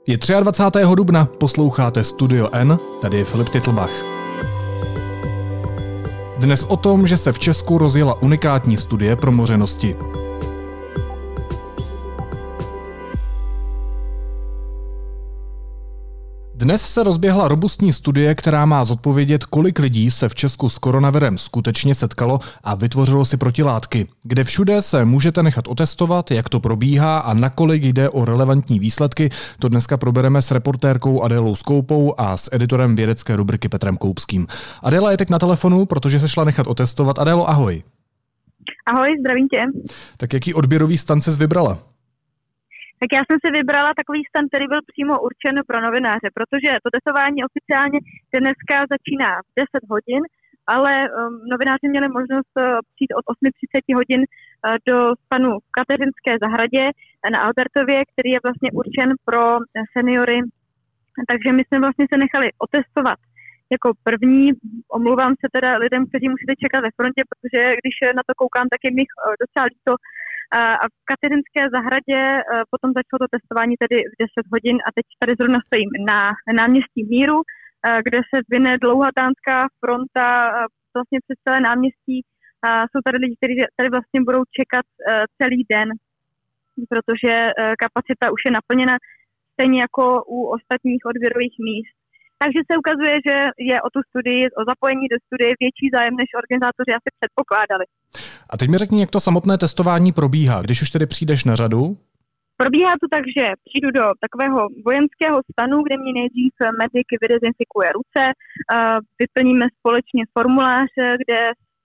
Je 23. dubna, posloucháte Studio N, tady je Filip Titlbach. Dnes o tom, že se v Česku rozjela unikátní studie promořenosti. Dnes se rozběhla robustní studie, která má zodpovědět, kolik lidí se v Česku s koronavirem skutečně setkalo a vytvořilo si protilátky. Kde všude se můžete nechat otestovat, jak to probíhá a nakolik jde o relevantní výsledky, to dneska probereme s reportérkou Adélou Skoupou a s editorem vědecké rubriky Petrem Koupským. Adéla je teď na telefonu, protože se šla nechat otestovat. Adélo, ahoj. Ahoj, zdravím tě. Tak jaký odběrový stan ses vybrala? Tak já jsem si vybrala takový stan, který byl přímo určen pro novináře, protože to testování oficiálně dneska začíná v 10 hodin, ale novináři měli možnost přijít od 8:30 hodin do stanu v Kateřinské zahradě na Albertově, který je vlastně určen pro seniory. Takže my jsme vlastně se nechali otestovat jako první. Omlouvám se teda lidem, kteří musíte čekat ve frontě, protože když na to koukám, tak je mi docela líto. A v Kateřinské zahradě potom začalo to testování tedy v 10 hodin a teď tady zrovna stojím na náměstí Míru, kde se vyne dlouhatánská fronta vlastně přes celé náměstí. Jsou tady lidi, kteří tady vlastně budou čekat celý den, protože kapacita už je naplněna stejně jako u ostatních odběrových míst. Takže se ukazuje, že je o tu studii, o zapojení do studie větší zájem, než organizátoři asi předpokládali. A teď mi řekni, jak to samotné testování probíhá, když už tedy přijdeš na řadu? Probíhá to tak, že přijdu do takového vojenského stanu, kde mě nejdřív medic vydezinfikuje ruce, vyplníme společně formulář, kde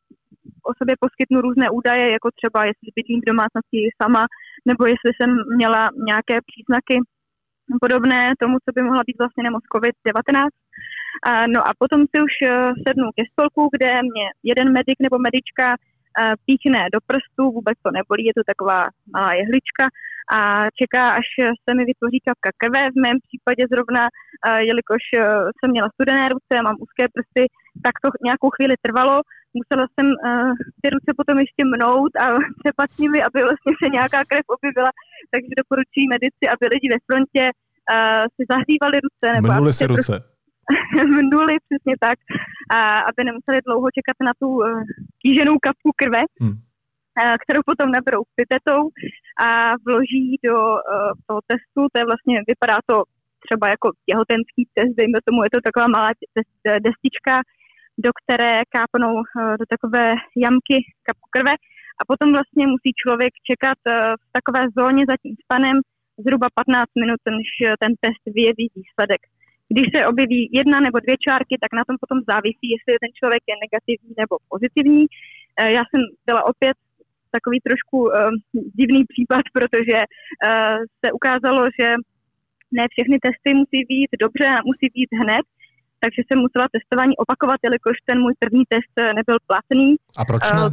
o sobě poskytnu různé údaje, jako třeba jestli bydlím v domácnosti sama, nebo jestli jsem měla nějaké příznaky podobné tomu, co by mohla být vlastně nemoc COVID-19. No a potom si už sednu ke stolku, kde mě jeden medic nebo medička píchne do prstu, vůbec to nebolí, je to taková malá jehlička a čeká, až se mi vytvoří kapka krve. V mém případě zrovna, jelikož jsem měla studené ruce a mám úzké prsty, tak to nějakou chvíli trvalo. Musela jsem ty ruce potom ještě mnout a třepat s nimi, aby vlastně se nějaká krev objevila, takže doporučuji medici, aby lidi ve frontě si zahřívali ruce. Nebo mnuli si ruce. Mnuli, přesně tak, aby nemuseli dlouho čekat na tu kýženou kapku krve, kterou potom naberou pipetou a vloží do toho testu. To je vlastně, vypadá to třeba jako těhotenský test, dejme tomu, je to taková malá destička, do které kápnou do takové jamky kapku krve a potom vlastně musí člověk čekat v takové zóně za tím stanem zhruba 15 minut, než ten test vyjeví výsledek. Když se objeví 1 nebo 2 čárky, tak na tom potom závisí, jestli ten člověk je negativní nebo pozitivní. Já jsem byla opět takový trošku divný případ, protože se ukázalo, že ne všechny testy musí být dobře a musí být hned, takže jsem musela testování opakovat, jelikož ten můj první test nebyl platný. A proč ne?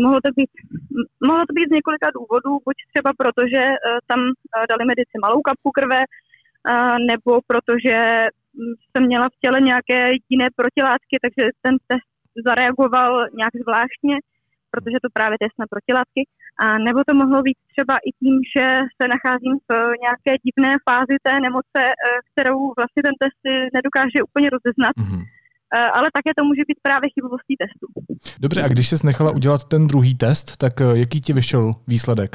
Mohlo to být z několika důvodů, buď třeba proto, že tam dali medici malou kapku krve, nebo protože jsem měla v těle nějaké jiné protilátky, takže ten test zareagoval nějak zvláštně, protože to právě test na protilátky. A nebo to mohlo být třeba i tím, že se nacházím v nějaké divné fázi té nemoce, kterou vlastně ten test nedokáže úplně rozeznat. Ale také to může být právě chybovostí testu. Dobře, a když jsi nechala udělat ten druhý test, tak jaký ti vyšel výsledek?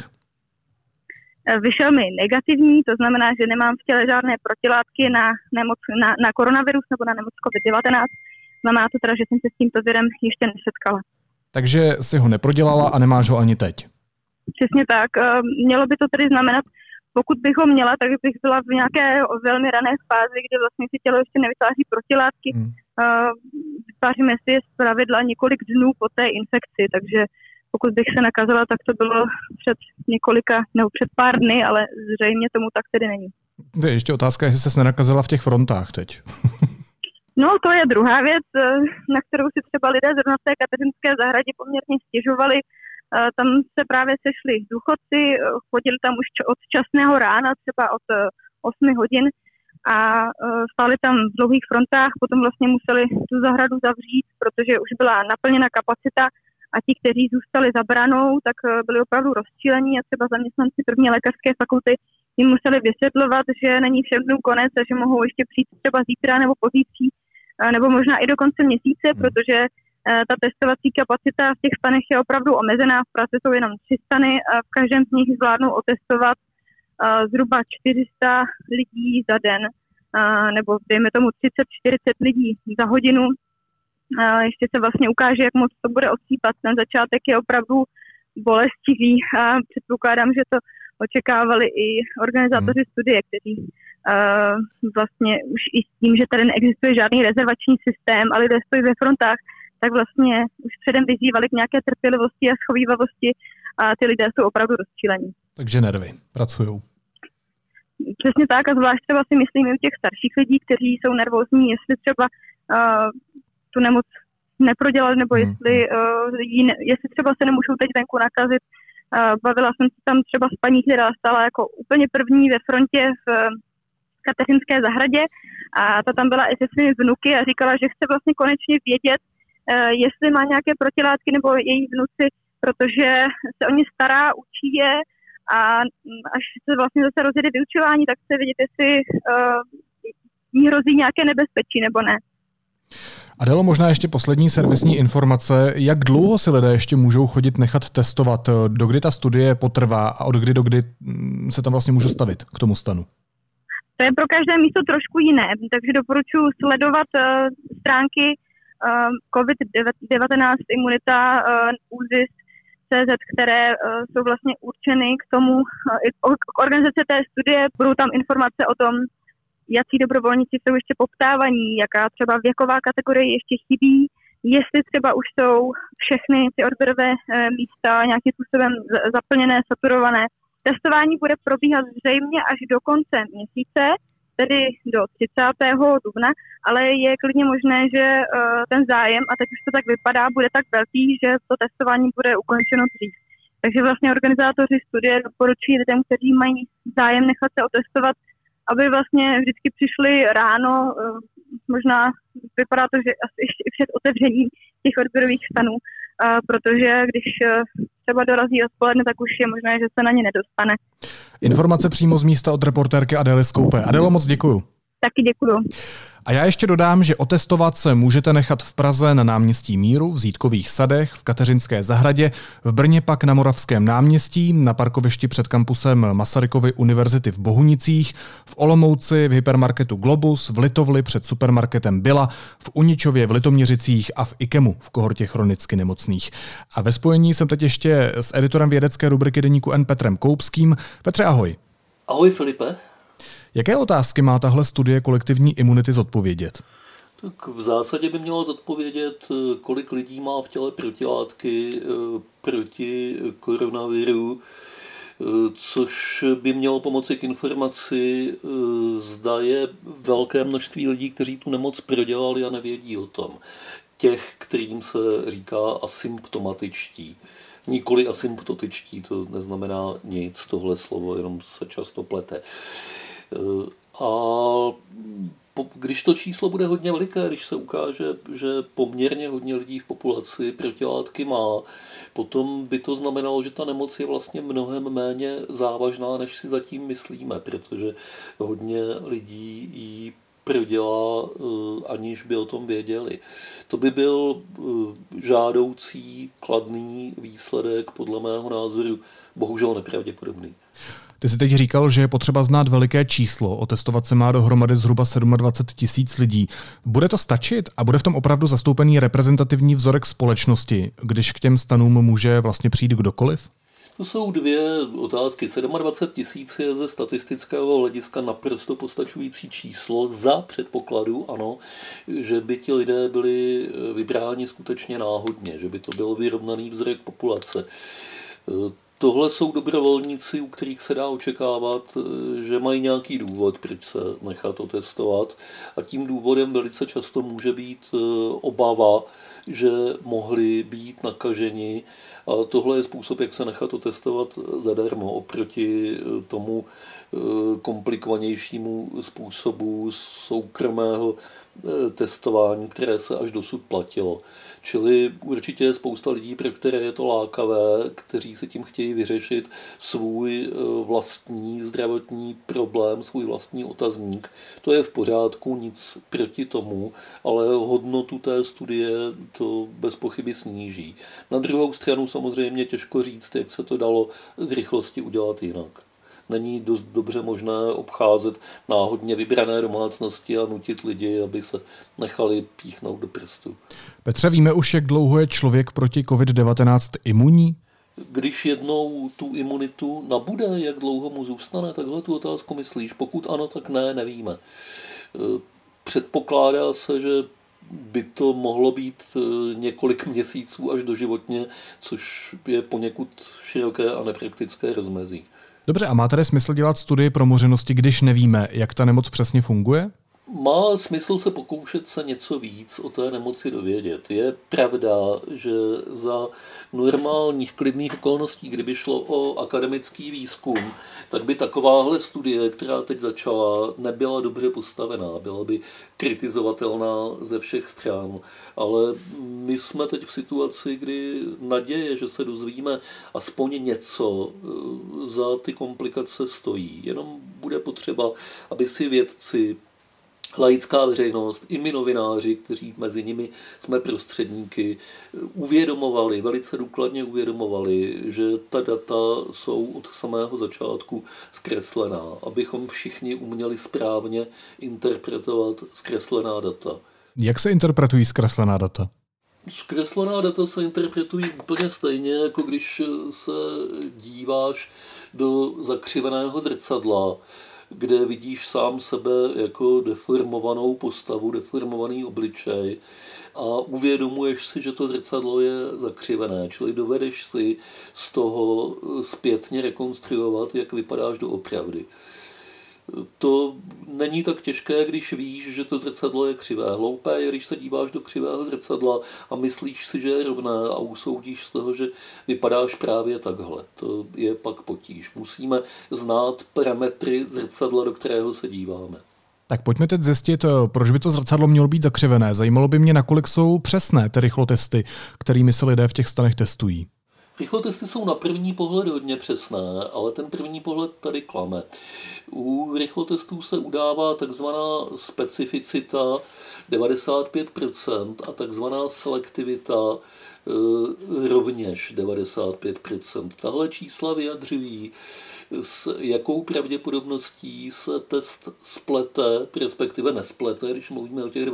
Vyšel mi negativní, to znamená, že nemám v těle žádné protilátky na nemoc, na koronavirus nebo na nemoc COVID-19. Znamená to teda, že jsem se s tímto virem ještě nesetkala. Takže si ho neprodělala a nemáš ho ani teď? Přesně tak. Mělo by to tedy znamenat, pokud bych ho měla, tak bych byla v nějaké velmi rané fázi, kde vlastně si tělo ještě nevytváří protilátky. Vytváříme si je zpravidla několik dnů po té infekci, takže pokud bych se nakazila, tak to bylo před pár dny, ale zřejmě tomu tak tedy není. To je ještě otázka, jestli ses nenakazila v těch frontách teď. No, to je druhá věc, na kterou si třeba lidé zrovna v té Kateřinské zahradě poměrně stěžovali. Tam se právě sešli důchodci, chodili tam už od časného rána, třeba od 8 hodin a stáli tam v dlouhých frontách, potom vlastně museli tu zahradu zavřít, protože už byla naplněna kapacita a ti, kteří zůstali za branou, tak byli opravdu rozčílení a třeba zaměstnanci první lékařské fakulty jim museli vysvětlovat, že není všem dnům konec a že mohou ještě přijít třeba zítra nebo pozítří, nebo možná i do konce měsíce, protože ta testovací kapacita v těch stanech je opravdu omezená. V Praze jsou jenom 3 stany a v každém z nich zvládnou otestovat zhruba 400 lidí za den, nebo dejme tomu 30-40 lidí za hodinu. Ještě se vlastně ukáže, jak moc to bude odsýpat. Ten začátek je opravdu bolestivý a předpokládám, že to očekávali i organizátoři studie, kteří vlastně už i s tím, že tady neexistuje žádný rezervační systém a lidé stojí ve frontách, tak vlastně už předem vyzývali k nějaké trpělivosti a schovívavosti a ty lidé jsou opravdu rozčílení. Takže nervy pracujou. Přesně tak a zvlášť třeba si myslím i u těch starších lidí, kteří jsou nervózní, jestli třeba tu nemoc neprodělali, nebo jestli třeba se nemůžou teď venku nakazit. Bavila jsem se tam třeba s paní, která stála jako úplně první ve frontě v Kateřinské zahradě a ta tam byla i se svými vnuky a říkala, že chce vlastně konečně vědět, jestli má nějaké protilátky nebo její vnuci, protože se o ně stará, učí je a až se vlastně zase rozjede vyučování, tak chce vědět, jestli jí hrozí nějaké nebezpečí nebo ne. Adélo, možná ještě poslední servisní informace. Jak dlouho si lidé ještě můžou chodit nechat testovat? Dokdy ta studie potrvá a od kdy do kdy se tam vlastně můžu stavit k tomu stanu? To je pro každé místo trošku jiné, takže doporučuji sledovat stránky COVID-19 imunita ÚZIS.cz, které jsou vlastně určeny k tomu, k organizaci té studie. Budou tam informace o tom, jací dobrovolníci jsou ještě poptávaní, jaká třeba věková kategorie ještě chybí, jestli třeba už jsou všechny ty odběrové místa nějakým způsobem zaplněné, saturované. Testování bude probíhat zřejmě až do konce měsíce, tedy do 30. dubna, ale je klidně možné, že ten zájem, a teď už to tak vypadá, bude tak velký, že to testování bude ukončeno dřív. Takže vlastně organizátoři studie doporučují lidem, kteří mají zájem nechat se otestovat, aby vlastně vždycky přišli ráno, možná vypadá to, že asi ještě před otevřením těch odběrových stanů, protože když třeba dorazí odpoledne, tak už je možné, že se na ně nedostane. Informace přímo z místa od reportérky Adély Skoupé. Adélo, moc děkuju. Taky děkuju. A já ještě dodám, že otestovat se můžete nechat v Praze na náměstí Míru, v Zítkových sadech, v Kateřinské zahradě, v Brně pak na Moravském náměstí, na parkovišti před kampusem Masarykovy univerzity v Bohunicích, v Olomouci v hypermarketu Globus, v Litovli před supermarketem Billa, v Uničově v Litoměřicích a v Ikemu v kohortě chronicky nemocných. A ve spojení jsem teď ještě s editorem vědecké rubriky deníku N Petrem Koupským. Petře, ahoj. Ahoj Filipe. Jaké otázky má tahle studie kolektivní imunity zodpovědět? Tak v zásadě by měla zodpovědět, kolik lidí má v těle protilátky proti koronaviru, což by mělo pomoci k informaci, zda je velké množství lidí, kteří tu nemoc prodělali a nevědí o tom. Těch, kterým se říká asymptomatičtí. Nikoli asymptotičtí, to neznamená nic, tohle slovo jenom se často plete. A když to číslo bude hodně veliké, když se ukáže, že poměrně hodně lidí v populaci protilátky má, potom by to znamenalo, že ta nemoc je vlastně mnohem méně závažná, než si zatím myslíme, protože hodně lidí ji prodělá, aniž by o tom věděli. To by byl žádoucí, kladný výsledek, podle mého názoru, bohužel nepravděpodobný. Ty jsi teď říkal, že je potřeba znát veliké číslo. Otestovat se má dohromady zhruba 27 000 lidí. Bude to stačit a bude v tom opravdu zastoupený reprezentativní vzorek společnosti, když k těm stanům může vlastně přijít kdokoliv? To jsou dvě otázky. 27 000 je ze statistického hlediska naprosto postačující číslo za předpokladu, ano, že by ti lidé byli vybráni skutečně náhodně, že by to byl vyrovnaný vzorek populace. Tohle jsou dobrovolníci, u kterých se dá očekávat, že mají nějaký důvod, proč se nechat otestovat. A tím důvodem velice často může být obava, že mohli být nakaženi. A tohle je způsob, jak se nechat otestovat zadarmo oproti tomu komplikovanějšímu způsobu soukromého testování, které se až dosud platilo. Čili určitě je spousta lidí, pro které je to lákavé, kteří se tím chtějí snaží vyřešit svůj vlastní zdravotní problém, svůj vlastní otazník. To je v pořádku, nic proti tomu, ale hodnotu té studie to bez pochyby sníží. Na druhou stranu samozřejmě těžko říct, jak se to dalo v rychlosti udělat jinak. Není dost dobře možné obcházet náhodně vybrané domácnosti a nutit lidi, aby se nechali píchnout do prstu. Petře, víme už, jak dlouho je člověk proti COVID-19 imunní? Když jednou tu imunitu nabude, jak dlouho mu zůstane, takhle tu otázku myslíš? Pokud ano, tak ne, nevíme. Předpokládá se, že by to mohlo být několik měsíců až doživotně, což je poněkud široké a nepraktické rozmezí. Dobře, a má tedy smysl dělat studii promořenosti, když nevíme, jak ta nemoc přesně funguje? Má smysl se pokoušet se něco víc o té nemoci dovědět. Je pravda, že za normálních klidných okolností, kdyby šlo o akademický výzkum, tak by takováhle studie, která teď začala, nebyla dobře postavená, byla by kritizovatelná ze všech stran. Ale my jsme teď v situaci, kdy naděje, že se dozvíme aspoň něco, za ty komplikace stojí. Jenom bude potřeba, aby si vědci, laická veřejnost, i my novináři, kteří mezi nimi jsme prostředníky, uvědomovali, velice důkladně uvědomovali, že ta data jsou od samého začátku zkreslená, abychom všichni uměli správně interpretovat zkreslená data. Jak se interpretují zkreslená data? Zkreslená data se interpretují úplně stejně, jako když se díváš do zakřiveného zrcadla, kde vidíš sám sebe jako deformovanou postavu, deformovaný obličej a uvědomuješ si, že to zrcadlo je zakřivené, čili dovedeš si z toho zpětně rekonstruovat, jak vypadáš doopravdy. To není tak těžké, když víš, že to zrcadlo je křivé. Hloupé je, když se díváš do křivého zrcadla a myslíš si, že je rovné a usoudíš z toho, že vypadáš právě takhle. To je pak potíž. Musíme znát parametry zrcadla, do kterého se díváme. Tak pojďme teď zjistit, proč by to zrcadlo mělo být zakřivené. Zajímalo by mě, nakolik jsou přesné ty rychlotesty, kterými se lidé v těch stanech testují. Rychlotesty jsou na první pohled hodně přesné, ale ten první pohled tady klame. U rychlotestů se udává takzvaná specificita 95% a takzvaná selektivita rovněž 95%. Tahle čísla vyjadřují, s jakou pravděpodobností se test splete, respektive nesplete, když mluvíme o těch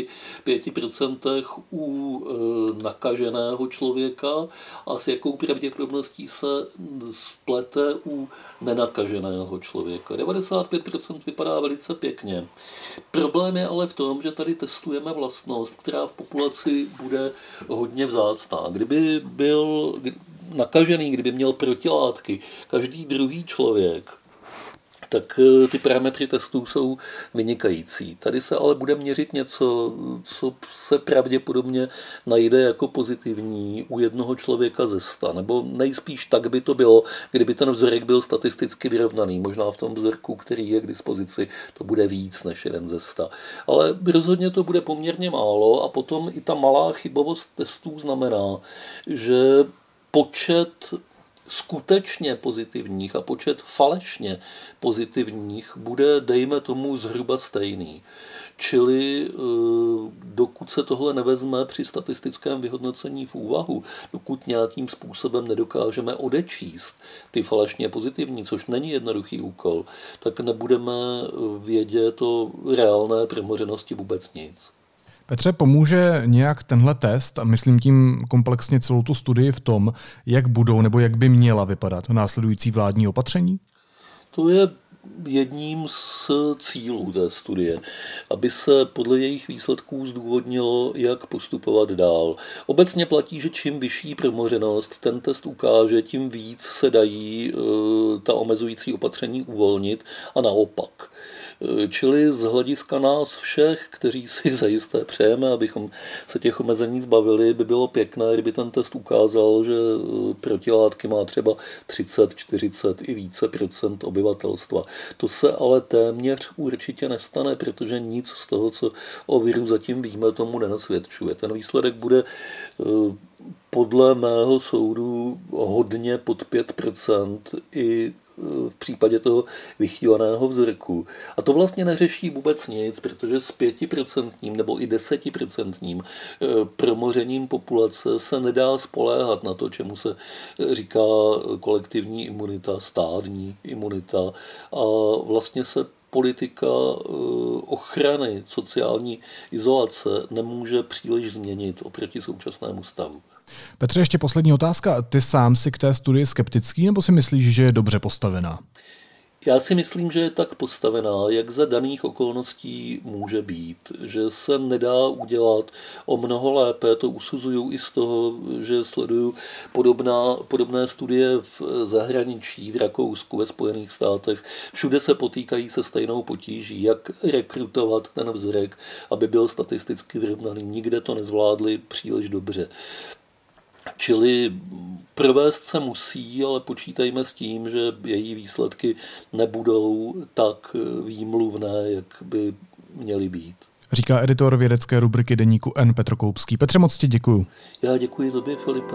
95% u nakaženého člověka a s jakou pravděpodobností se splete u nenakaženého člověka. 95% vypadá velice pěkně. Problém je ale v tom, že tady testujeme vlastnost, která v populaci bude hodně vzácná. Kdyby byl nakažený, kdyby měl protilátky každý druhý člověk, tak ty parametry testů jsou vynikající. Tady se ale bude měřit něco, co se pravděpodobně najde jako pozitivní u jednoho člověka ze 100, nebo nejspíš tak by to bylo, kdyby ten vzorek byl statisticky vyrovnaný. Možná v tom vzorku, který je k dispozici, to bude víc než 1 ze 100. Ale rozhodně to bude poměrně málo a potom i ta malá chybovost testů znamená, že počet skutečně pozitivních a počet falešně pozitivních bude, dejme tomu, zhruba stejný. Čili dokud se tohle nevezme při statistickém vyhodnocení v úvahu, dokud nějakým způsobem nedokážeme odečíst ty falešně pozitivní, což není jednoduchý úkol, tak nebudeme vědět o reálné promořenosti vůbec nic. Petře, pomůže nějak tenhle test, a myslím tím komplexně celou tu studii v tom, jak budou nebo jak by měla vypadat následující vládní opatření? To je jedním z cílů té studie, aby se podle jejich výsledků zdůvodnilo, jak postupovat dál. Obecně platí, že čím vyšší promořenost ten test ukáže, tím víc se dají ta omezující opatření uvolnit a naopak. Čili z hlediska nás všech, kteří si zajisté přejeme, abychom se těch omezení zbavili, by bylo pěkné, kdyby ten test ukázal, že protilátky má třeba 30, 40 i více procent obyvatelstva. To se ale téměř určitě nestane, protože nic z toho, co o viru zatím víme, tomu nenasvědčuje. Ten výsledek bude podle mého soudu hodně pod 5% i v případě toho vychýleného vzorku. A to vlastně neřeší vůbec nic, protože s 5% nebo i 10% promořením populace se nedá spoléhat na to, čemu se říká kolektivní imunita, stádní imunita, a vlastně se politika ochrany sociální izolace nemůže příliš změnit oproti současnému stavu. Petře, ještě poslední otázka. Ty sám si k té studii skeptický, nebo si myslíš, že je dobře postavená? Já si myslím, že je tak postavená, jak za daných okolností může být, že se nedá udělat o mnoho lépe, to usuzuju i z toho, že sleduju podobné studie v zahraničí, v Rakousku, ve Spojených státech. Všude se potýkají se stejnou potíží, jak rekrutovat ten vzorek, aby byl statisticky vyrovnaný. Nikde to nezvládli příliš dobře. Čili provést se musí, ale počítajme s tím, že její výsledky nebudou tak výmluvné, jak by měly být. Říká editor vědecké rubriky deníku N Petr Koupský. Petře, moc ti děkuju. Já děkuji tobě, Filipe.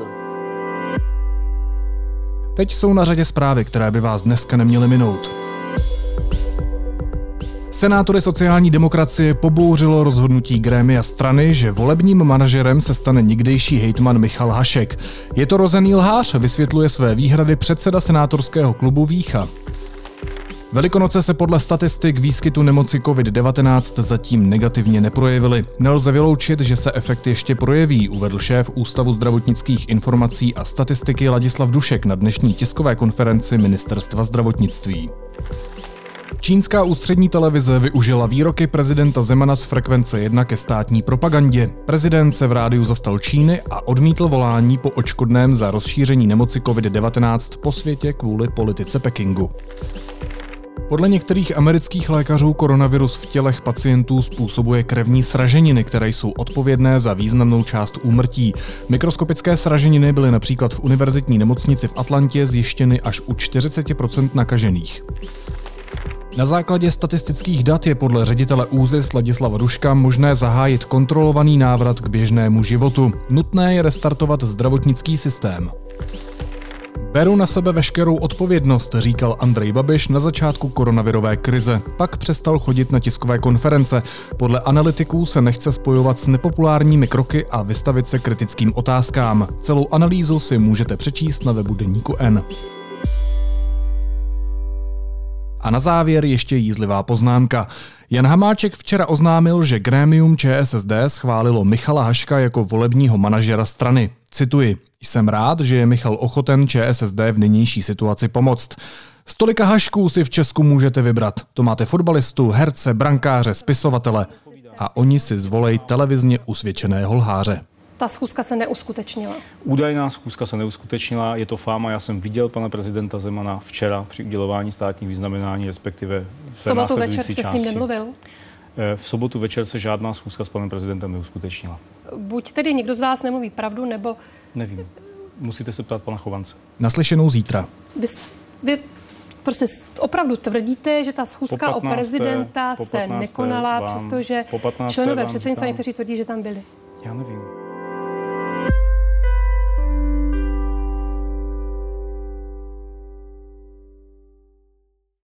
Teď jsou na řadě zprávy, které by vás dneska neměly minout. Senátory sociální demokracie pobouřilo rozhodnutí grémia strany, že volebním manažerem se stane někdejší hejtman Michal Hašek. Je to rozený lhář, vysvětluje své výhrady předseda senátorského klubu Vícha. Velikonoce se podle statistik výskytu nemoci COVID-19 zatím negativně neprojevily. Nelze vyloučit, že se efekt ještě projeví, uvedl šéf Ústavu zdravotnických informací a statistiky Ladislav Dušek na dnešní tiskové konferenci Ministerstva zdravotnictví. Čínská ústřední televize využila výroky prezidenta Zemana z Frekvence 1 ke státní propagandě. Prezident se v rádiu zastal Číny a odmítl volání po odškodném za rozšíření nemoci COVID-19 po světě kvůli politice Pekingu. Podle některých amerických lékařů koronavirus v tělech pacientů způsobuje krevní sraženiny, které jsou odpovědné za významnou část úmrtí. Mikroskopické sraženiny byly například v univerzitní nemocnici v Atlantě zjištěny až u 40% nakažených. Na základě statistických dat je podle ředitele ÚZIS Ladislava Duška možné zahájit kontrolovaný návrat k běžnému životu. Nutné je restartovat zdravotnický systém. Beru na sebe veškerou odpovědnost, říkal Andrej Babiš na začátku koronavirové krize. Pak přestal chodit na tiskové konference. Podle analytiků se nechce spojovat s nepopulárními kroky a vystavit se kritickým otázkám. Celou analýzu si můžete přečíst na webu deníku N. A na závěr ještě jízlivá poznámka. Jan Hamáček včera oznámil, že grémium ČSSD schválilo Michala Haška jako volebního manažera strany. Cituji: Jsem rád, že je Michal ochoten ČSSD v nynější situaci pomoct. Z tolika Hašků si v Česku můžete vybrat. To máte fotbalistu, herce, brankáře, spisovatele. A oni si zvolej televizně usvědčeného lháře. Ta schůzka se neuskutečnila. Údajná schůzka se neuskutečnila, je to fáma. Já jsem viděl pana prezidenta Zemana včera při udělování státních vyznamenání, respektive v té následující části. V sobotu večer jste s ním nemluvil? V sobotu večer se žádná schůzka s panem prezidentem neuskutečnila. Buď tedy někdo z vás nemluví pravdu, nebo... Nevím. Musíte se ptát pana Chovance. Naslyšenou zítra. Vy prostě opravdu tvrdíte, že ta schůzka o prezidenta se nekonala, přestože členové předsednictva někteří tvrdí, že tam byli. Já nevím.